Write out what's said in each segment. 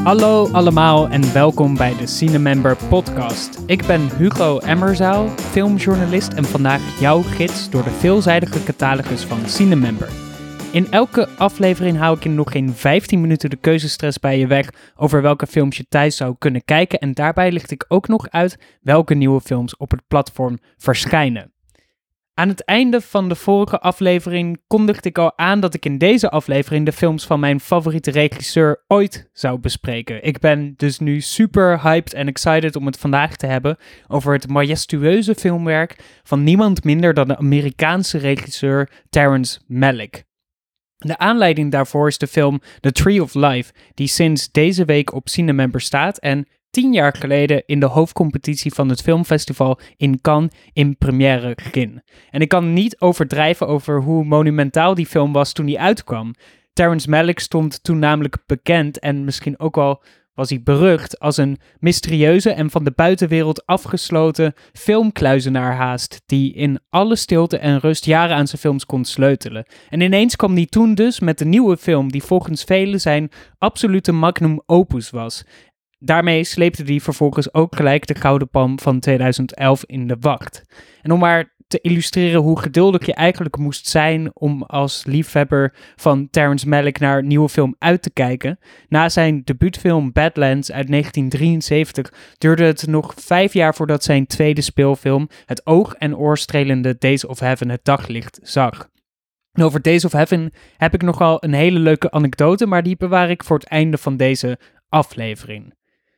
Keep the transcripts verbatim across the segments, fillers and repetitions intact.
Hallo allemaal en welkom bij de Cinemember podcast. Ik ben Hugo Emmerzaal, filmjournalist en vandaag jouw gids door de veelzijdige catalogus van Cinemember. In elke aflevering hou ik in nog geen vijftien minuten de keuzestress bij je weg over welke films je thuis zou kunnen kijken en daarbij licht ik ook nog uit welke nieuwe films op het platform verschijnen. Aan het einde van de vorige aflevering kondigde ik al aan dat ik in deze aflevering de films van mijn favoriete regisseur ooit zou bespreken. Ik ben dus nu super hyped en excited om het vandaag te hebben over het majestueuze filmwerk van niemand minder dan de Amerikaanse regisseur Terrence Malick. De aanleiding daarvoor is de film The Tree of Life, die sinds deze week op Cinemember staat en tien jaar geleden in de hoofdcompetitie van het filmfestival in Cannes in première ging. En ik kan niet overdrijven over hoe monumentaal die film was toen die uitkwam. Terrence Malick stond toen namelijk bekend en misschien ook wel was hij berucht als een mysterieuze en van de buitenwereld afgesloten filmkluizenaar haast, die in alle stilte en rust jaren aan zijn films kon sleutelen. En ineens kwam hij toen dus met een nieuwe film die volgens velen zijn absolute magnum opus was. Daarmee sleepte hij vervolgens ook gelijk de Gouden Palm van tweeduizend elf in de wacht. En om maar te illustreren hoe geduldig je eigenlijk moest zijn om als liefhebber van Terrence Malick naar een nieuwe film uit te kijken. Na zijn debuutfilm Badlands uit negentien drieënzeventig duurde het nog vijf jaar voordat zijn tweede speelfilm, het oog- en oorstrelende Days of Heaven, het daglicht zag. En over Days of Heaven heb ik nogal een hele leuke anekdote, maar die bewaar ik voor het einde van deze aflevering.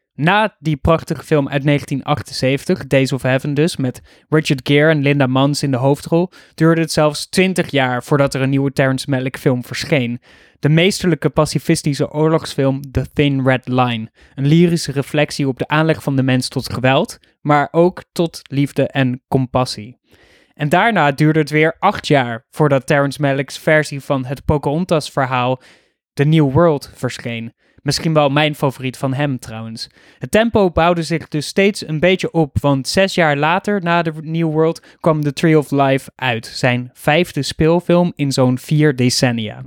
Na die prachtige film uit negentien achtenzeventig, Days of Heaven dus, met Richard Gere en Linda Mans in de hoofdrol, duurde het zelfs twintig jaar voordat er een nieuwe Terrence Malick film verscheen. De meesterlijke pacifistische oorlogsfilm The Thin Red Line. Een lyrische reflectie op de aanleg van de mens tot geweld, maar ook tot liefde en compassie. En daarna duurde het weer acht jaar voordat Terrence Malick's versie van het Pocahontas-verhaal The New World verscheen. Misschien wel mijn favoriet van hem trouwens. Het tempo bouwde zich dus steeds een beetje op, want zes jaar later, na The New World, kwam The Tree of Life uit. Zijn vijfde speelfilm in zo'n vier decennia.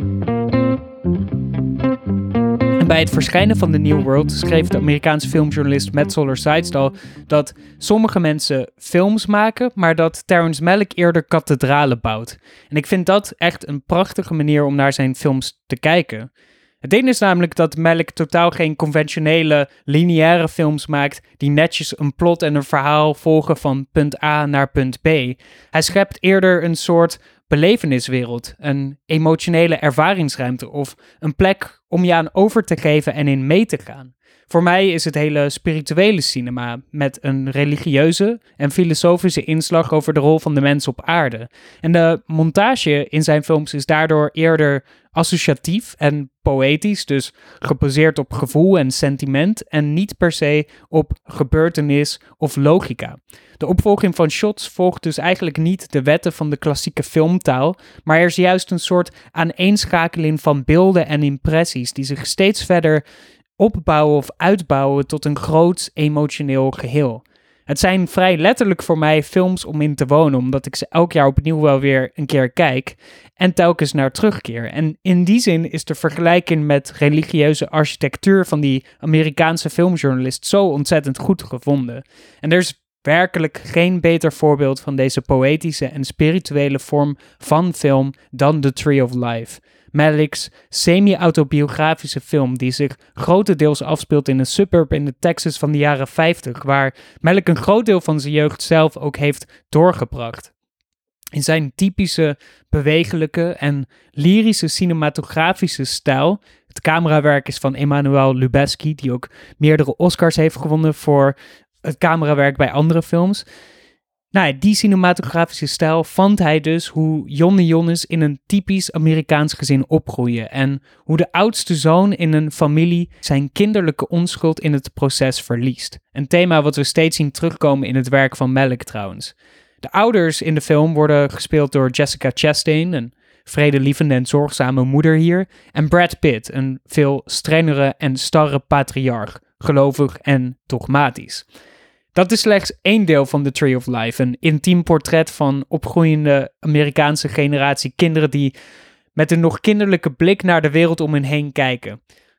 En bij het verschijnen van The New World schreef de Amerikaanse filmjournalist Matt Zoller Seidel dat sommige mensen films maken, maar dat Terrence Malick eerder kathedralen bouwt. En ik vind dat echt een prachtige manier om naar zijn films te kijken. Het ding is namelijk dat Malick totaal geen conventionele, lineaire films maakt die netjes een plot en een verhaal volgen van punt A naar punt B. Hij schept eerder een soort beleveniswereld, een emotionele ervaringsruimte of een plek om je aan over te geven en in mee te gaan. Voor mij is het hele spirituele cinema met een religieuze en filosofische inslag over de rol van de mens op aarde. En de montage in zijn films is daardoor eerder associatief en poëtisch, dus gebaseerd op gevoel en sentiment en niet per se op gebeurtenis of logica. De opvolging van shots volgt dus eigenlijk niet de wetten van de klassieke filmtaal, maar er is juist een soort aaneenschakeling van beelden en impressies die zich steeds verder opbouwen of uitbouwen tot een groots emotioneel geheel. Het zijn vrij letterlijk voor mij films om in te wonen, omdat ik ze elk jaar opnieuw wel weer een keer kijk en telkens naar terugkeer. En in die zin is de vergelijking met religieuze architectuur van die Amerikaanse filmjournalist zo ontzettend goed gevonden. En er is werkelijk geen beter voorbeeld van deze poëtische en spirituele vorm van film dan The Tree of Life. Malick's semi-autobiografische film die zich grotendeels afspeelt in een suburb in de Texas van de jaren vijftig, waar Malick een groot deel van zijn jeugd zelf ook heeft doorgebracht. In zijn typische, bewegelijke en lyrische cinematografische stijl. Het camerawerk is van Emmanuel Lubezki, die ook meerdere Oscars heeft gewonnen voor het camerawerk bij andere films. Nou, die cinematografische stijl vond hij dus hoe jonge jongens in een typisch Amerikaans gezin opgroeien en hoe de oudste zoon in een familie zijn kinderlijke onschuld in het proces verliest. Een thema wat we steeds zien terugkomen in het werk van Malick trouwens. De ouders in de film worden gespeeld door Jessica Chastain, een vredelievende en zorgzame moeder hier, en Brad Pitt, een veel strengere en starre patriarch, gelovig en dogmatisch. Dat is slechts één deel van The Tree of Life, een intiem portret van opgroeiende Amerikaanse generatie kinderen die met een nog kinderlijke blik naar de wereld om hen heen kijken.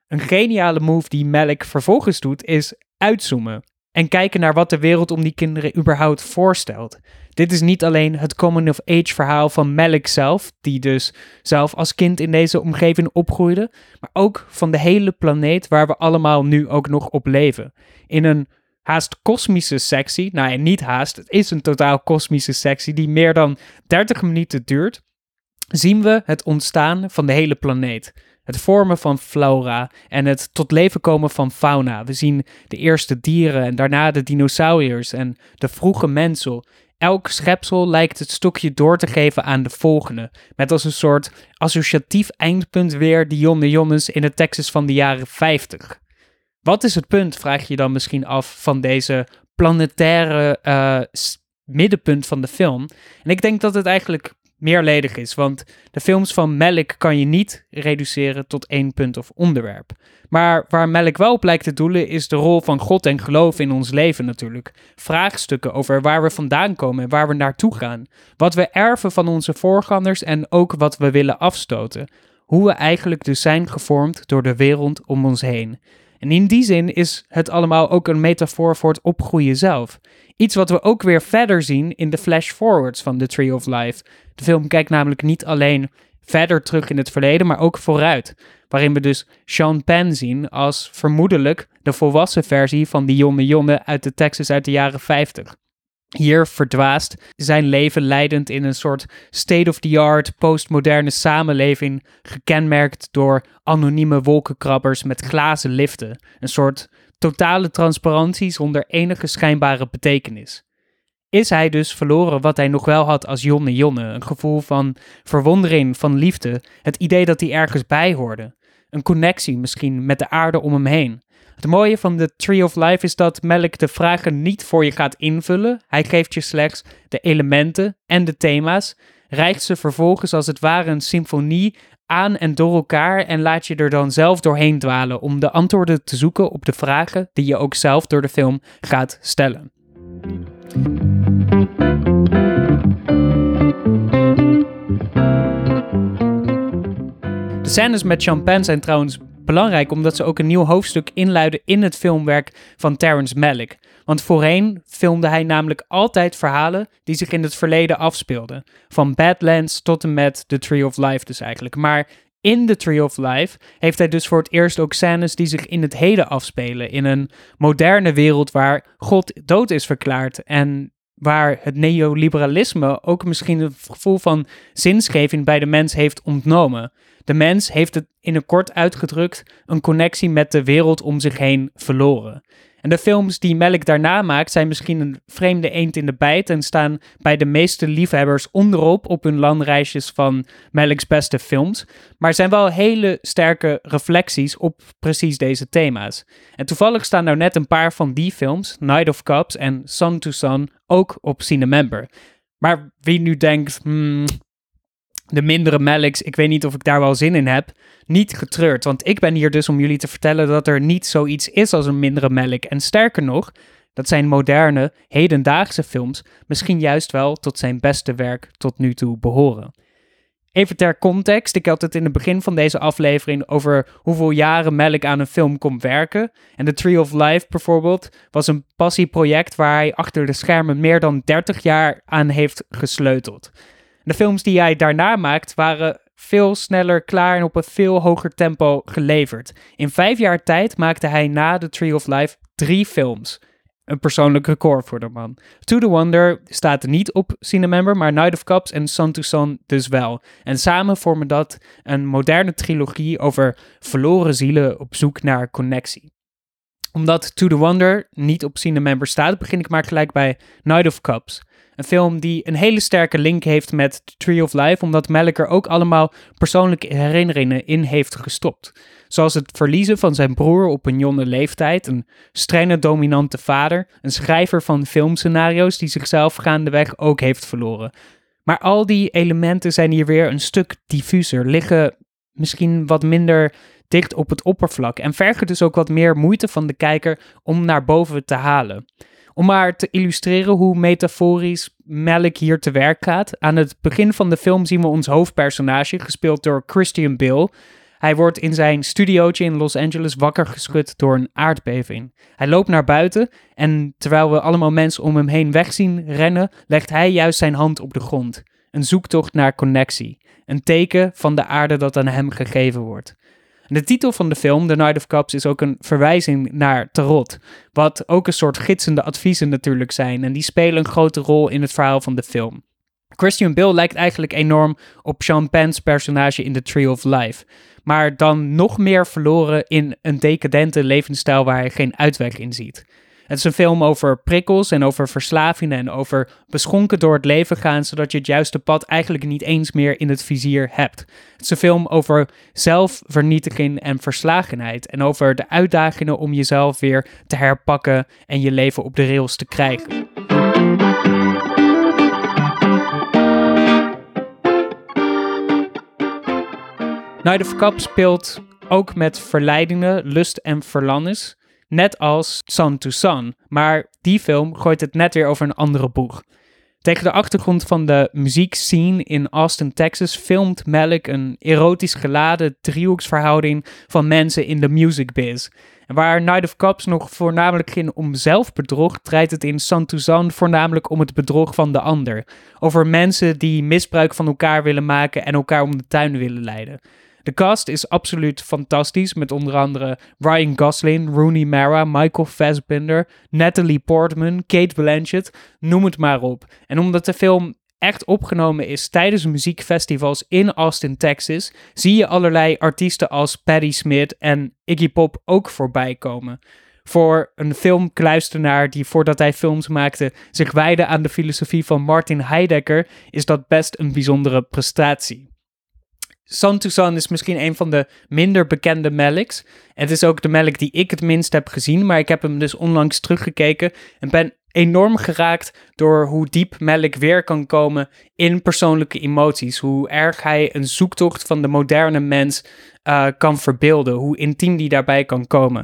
Een geniale move die Malick vervolgens doet is uitzoomen en kijken naar wat de wereld om die kinderen überhaupt voorstelt. Dit is niet alleen het coming-of-age verhaal van Malick zelf, die dus zelf als kind in deze omgeving opgroeide, maar ook van de hele planeet waar we allemaal nu ook nog op leven. In een haast kosmische sectie, nou ja, niet haast, het is een totaal kosmische sectie die meer dan dertig minuten duurt, zien we het ontstaan van de hele planeet. Het vormen van flora en het tot leven komen van fauna. We zien de eerste dieren en daarna de dinosauriërs en de vroege mensel. Elk schepsel lijkt het stokje door te geven aan de volgende, met als een soort associatief eindpunt weer de Jonne Jonnes in het Texas van de jaren vijftig. Wat is het punt, vraag je dan misschien af, van deze planetaire uh, middenpunt van de film? En ik denk dat het eigenlijk meerledig is, want de films van Malick kan je niet reduceren tot één punt of onderwerp. Maar waar Malick wel op lijkt te doelen is de rol van God en geloof in ons leven natuurlijk. Vraagstukken over waar we vandaan komen en waar we naartoe gaan. Wat we erven van onze voorgangers en ook wat we willen afstoten. Hoe we eigenlijk dus zijn gevormd door de wereld om ons heen. En in die zin is het allemaal ook een metafoor voor het opgroeien zelf. Iets wat we ook weer verder zien in de flash-forwards van The Tree of Life. De film kijkt namelijk niet alleen verder terug in het verleden, maar ook vooruit. Waarin we dus Sean Penn zien als vermoedelijk de volwassen versie van die Jonne Jonne uit de Texas uit de jaren vijftig. Hier verdwaasd, zijn leven leidend in een soort state-of-the-art postmoderne samenleving, gekenmerkt door anonieme wolkenkrabbers met glazen liften. Een soort totale transparantie zonder enige schijnbare betekenis. Is hij dus verloren wat hij nog wel had als Jonne Jonne? Een gevoel van verwondering, van liefde, het idee dat hij ergens bij hoorde. Een connectie misschien met de aarde om hem heen. Het mooie van The Tree of Life is dat Malick de vragen niet voor je gaat invullen. Hij geeft je slechts de elementen en de thema's, rijgt ze vervolgens als het ware een symfonie aan en door elkaar en laat je er dan zelf doorheen dwalen om de antwoorden te zoeken op de vragen die je ook zelf door de film gaat stellen. De scènes met Sean Penn zijn trouwens belangrijk omdat ze ook een nieuw hoofdstuk inluiden in het filmwerk van Terrence Malick. Want voorheen filmde hij namelijk altijd verhalen die zich in het verleden afspeelden. Van Badlands tot en met The Tree of Life dus eigenlijk. Maar in The Tree of Life heeft hij dus voor het eerst ook scènes die zich in het heden afspelen. In een moderne wereld waar God dood is verklaard en waar het neoliberalisme ook misschien een gevoel van zinsgeving bij de mens heeft ontnomen. De mens heeft het in een kort uitgedrukt een connectie met de wereld om zich heen verloren. En de films die Malick daarna maakt zijn misschien een vreemde eend in de bijt en staan bij de meeste liefhebbers onderop op hun landreisjes van Malick's beste films, maar zijn wel hele sterke reflecties op precies deze thema's. En toevallig staan nou net een paar van die films, Night of Cups en Sun to Sun, ook op Cinemember. Maar wie nu denkt, hmm, de mindere Malicks, ik weet niet of ik daar wel zin in heb, niet getreurd. Want ik ben hier dus om jullie te vertellen dat er niet zoiets is als een mindere Malick. En sterker nog, dat zijn moderne, hedendaagse films misschien juist wel tot zijn beste werk tot nu toe behoren. Even ter context, ik had het in het begin van deze aflevering over hoeveel jaren Malick aan een film komt werken. En The Tree of Life bijvoorbeeld was een passieproject waar hij achter de schermen meer dan dertig jaar aan heeft gesleuteld. De films die hij daarna maakt waren veel sneller klaar en op een veel hoger tempo geleverd. In vijf jaar tijd maakte hij na The Tree of Life drie films. Een persoonlijk record voor de man. To the Wonder staat niet op Cinemember, maar Night of Cups en Sun to Sun dus wel. En samen vormen dat een moderne trilogie over verloren zielen op zoek naar connectie. Omdat To the Wonder niet op Cinemember staat, begin ik maar gelijk bij Night of Cups. Een film die een hele sterke link heeft met The Tree of Life, omdat Malick er ook allemaal persoonlijke herinneringen in heeft gestopt. Zoals het verliezen van zijn broer op een jonge leeftijd, een strenge dominante vader, een schrijver van filmscenario's die zichzelf gaandeweg ook heeft verloren. Maar al die elementen zijn hier weer een stuk diffuser, liggen misschien wat minder dicht op het oppervlak en vergen dus ook wat meer moeite van de kijker om naar boven te halen. Om maar te illustreren hoe metaforisch Malick hier te werk gaat. Aan het begin van de film zien we ons hoofdpersonage, gespeeld door Christian Bale. Hij wordt in zijn studiootje in Los Angeles wakker geschud door een aardbeving. Hij loopt naar buiten en terwijl we allemaal mensen om hem heen weg zien rennen, legt hij juist zijn hand op de grond. Een zoektocht naar connectie. Een teken van de aarde dat aan hem gegeven wordt. De titel van de film, The Knight of Cups, is ook een verwijzing naar tarot. Wat ook een soort gidsende adviezen natuurlijk zijn. En die spelen een grote rol in het verhaal van de film. Christian Bale lijkt eigenlijk enorm op Sean Penn's personage in The Tree of Life. Maar dan nog meer verloren in een decadente levensstijl waar hij geen uitweg in ziet. Het is een film over prikkels en over verslavingen en over beschonken door het leven gaan, zodat je het juiste pad eigenlijk niet eens meer in het vizier hebt. Het is een film over zelfvernietiging en verslagenheid en over de uitdagingen om jezelf weer te herpakken en je leven op de rails te krijgen. Knight of Cups speelt ook met verleidingen, lust en verlangens. Net als Son to Son, maar die film gooit het net weer over een andere boeg. Tegen de achtergrond van de muziekscene in Austin, Texas, filmt Malick een erotisch geladen driehoeksverhouding van mensen in de music biz. En waar Knight of Cups nog voornamelijk ging om zelfbedrog, draait het in Son to Son voornamelijk om het bedrog van de ander. Over mensen die misbruik van elkaar willen maken en elkaar om de tuin willen leiden. De cast is absoluut fantastisch, met onder andere Ryan Gosling, Rooney Mara, Michael Fassbender, Natalie Portman, Cate Blanchett, noem het maar op. En omdat de film echt opgenomen is tijdens muziekfestivals in Austin, Texas, zie je allerlei artiesten als Patti Smith en Iggy Pop ook voorbij komen. Voor een filmkluistenaar die voordat hij films maakte zich wijde aan de filosofie van Martin Heidegger, is dat best een bijzondere prestatie. Son to Son is misschien een van de minder bekende Malicks. Het is ook de Malick die ik het minst heb gezien, maar ik heb hem dus onlangs teruggekeken en ben enorm geraakt door hoe diep Malick weer kan komen in persoonlijke emoties. Hoe erg hij een zoektocht van de moderne mens uh, kan verbeelden. Hoe intiem die daarbij kan komen.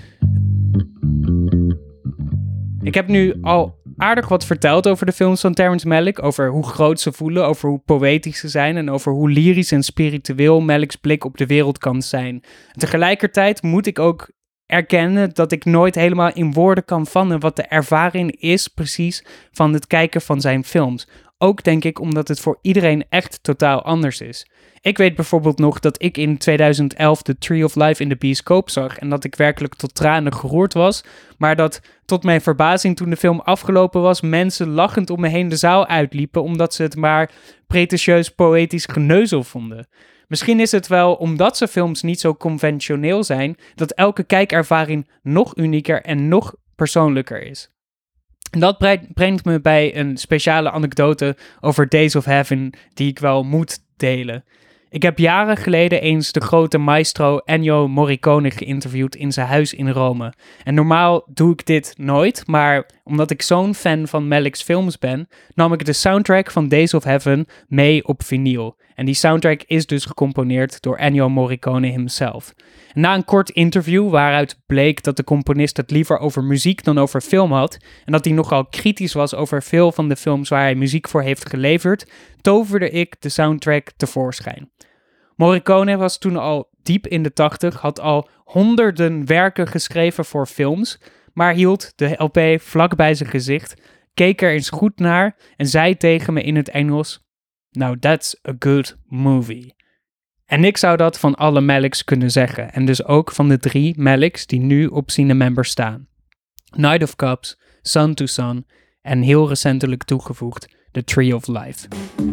Ik heb nu al aardig wat verteld over de films van Terrence Malick, over hoe groot ze voelen, over hoe poëtisch ze zijn en over hoe lyrisch en spiritueel Malick's blik op de wereld kan zijn. En tegelijkertijd moet ik ook erkennen dat ik nooit helemaal in woorden kan vatten wat de ervaring is precies van het kijken van zijn films. Ook denk ik omdat het voor iedereen echt totaal anders is. Ik weet bijvoorbeeld nog dat ik in tweeduizend elf The Tree of Life in de bioscoop zag en dat ik werkelijk tot tranen geroerd was, maar dat tot mijn verbazing toen de film afgelopen was mensen lachend om me heen de zaal uitliepen omdat ze het maar pretentieus poëtisch geneuzel vonden. Misschien is het wel omdat ze films niet zo conventioneel zijn dat elke kijkervaring nog unieker en nog persoonlijker is. En dat brengt me bij een speciale anekdote over Days of Heaven die ik wel moet delen. Ik heb jaren geleden eens de grote maestro Ennio Morricone geïnterviewd in zijn huis in Rome. En normaal doe ik dit nooit, maar omdat ik zo'n fan van Malick's films ben, nam ik de soundtrack van Days of Heaven mee op vinyl. En die soundtrack is dus gecomponeerd door Ennio Morricone himself. En na een kort interview waaruit bleek dat de componist het liever over muziek dan over film had, en dat hij nogal kritisch was over veel van de films waar hij muziek voor heeft geleverd, toverde ik de soundtrack tevoorschijn. Morricone was toen al diep in de tachtig, had al honderden werken geschreven voor films, maar hield de L P vlak bij zijn gezicht, keek er eens goed naar en zei tegen me in het Engels: "Now that's a good movie." En ik zou dat van alle Malicks kunnen zeggen, en dus ook van de drie Malicks die nu op Cinemember staan. Knight of Cups, Son to Son en heel recentelijk toegevoegd The Tree of Life.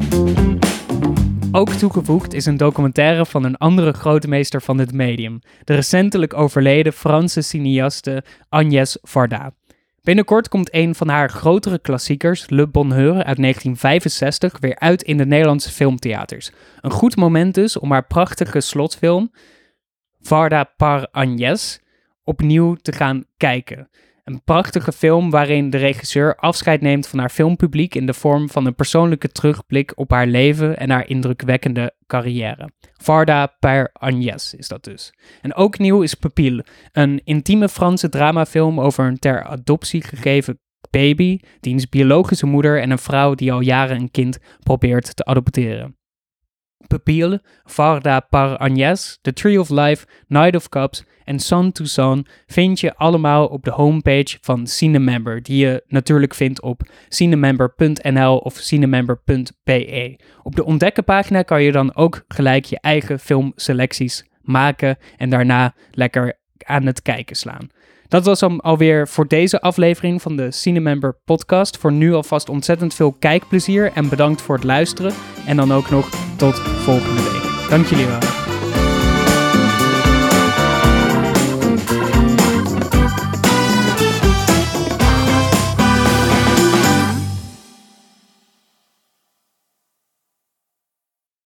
Ook toegevoegd is een documentaire van een andere grootmeester van het medium, de recentelijk overleden Franse cineaste Agnès Varda. Binnenkort komt een van haar grotere klassiekers, Le Bonheur uit negentien vijfenzestig, weer uit in de Nederlandse filmtheaters. Een goed moment dus om haar prachtige slotfilm, Varda par Agnès, opnieuw te gaan kijken. Een prachtige film waarin de regisseur afscheid neemt van haar filmpubliek in de vorm van een persoonlijke terugblik op haar leven en haar indrukwekkende carrière. Varda par Agnès is dat dus. En ook nieuw is Pupille, een intieme Franse dramafilm over een ter adoptie gegeven baby, diens biologische moeder en een vrouw die al jaren een kind probeert te adopteren. Pupil, Varda par Agnès, The Tree of Life, Knight of Cups en Sun to Sun vind je allemaal op de homepage van Cinemember, die je natuurlijk vindt op cinemember punt n l of cinemember punt b e. Op de ontdekkenpagina kan je dan ook gelijk je eigen filmselecties maken en daarna lekker aan het kijken slaan. Dat was dan alweer voor deze aflevering van de Cinemember podcast. Voor nu alvast ontzettend veel kijkplezier en bedankt voor het luisteren. En dan ook nog tot volgende week. Dank jullie wel.